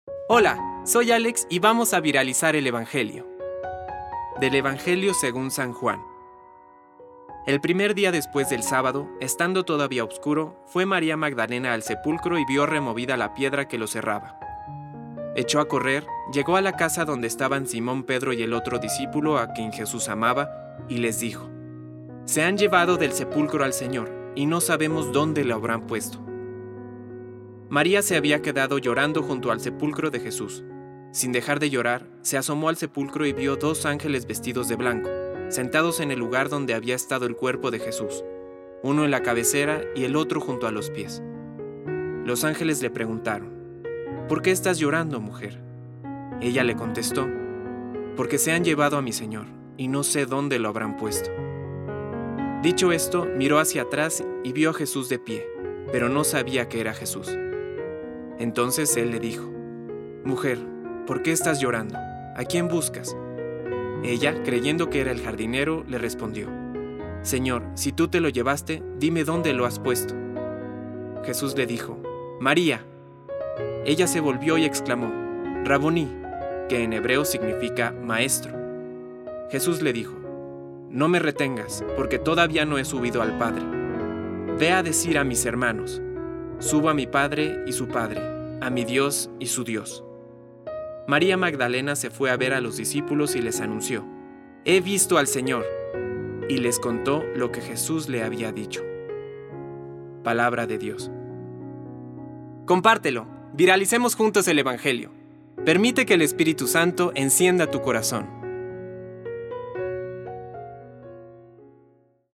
Hola, soy Alex y vamos a viralizar el Evangelio. Del Evangelio según San Juan. El primer día después del sábado, estando todavía oscuro, fue María Magdalena al sepulcro y vio removida la piedra que lo cerraba. Echó a correr, llegó a la casa donde estaban Simón, Pedro y el otro discípulo a quien Jesús amaba, y les dijo: «Se han llevado del sepulcro al Señor, y no sabemos dónde lo habrán puesto». María se había quedado llorando junto al sepulcro de Jesús. Sin dejar de llorar, se asomó al sepulcro y vio 2 ángeles vestidos de blanco, sentados en el lugar donde había estado el cuerpo de Jesús, uno en la cabecera y el otro junto a los pies. Los ángeles le preguntaron: «¿Por qué estás llorando, mujer?». Ella le contestó: «Porque se han llevado a mi Señor, y no sé dónde lo habrán puesto». Dicho esto, miró hacia atrás y vio a Jesús de pie, pero no sabía que era Jesús. Entonces él le dijo: «Mujer, ¿por qué estás llorando? ¿A quién buscas?». Ella, creyendo que era el jardinero, le respondió: «Señor, si tú te lo llevaste, dime dónde lo has puesto». Jesús le dijo: «María». Ella se volvió y exclamó: «Rabuní», que en hebreo significa maestro. Jesús le dijo: «No me retengas, porque todavía no he subido al Padre. Ve a decir a mis hermanos: subo a mi Padre y su Padre, a mi Dios y su Dios». María Magdalena se fue a ver a los discípulos y les anunció: «He visto al Señor», y les contó lo que Jesús le había dicho. Palabra de Dios. Compártelo, viralicemos juntos el Evangelio. Permite que el Espíritu Santo encienda tu corazón.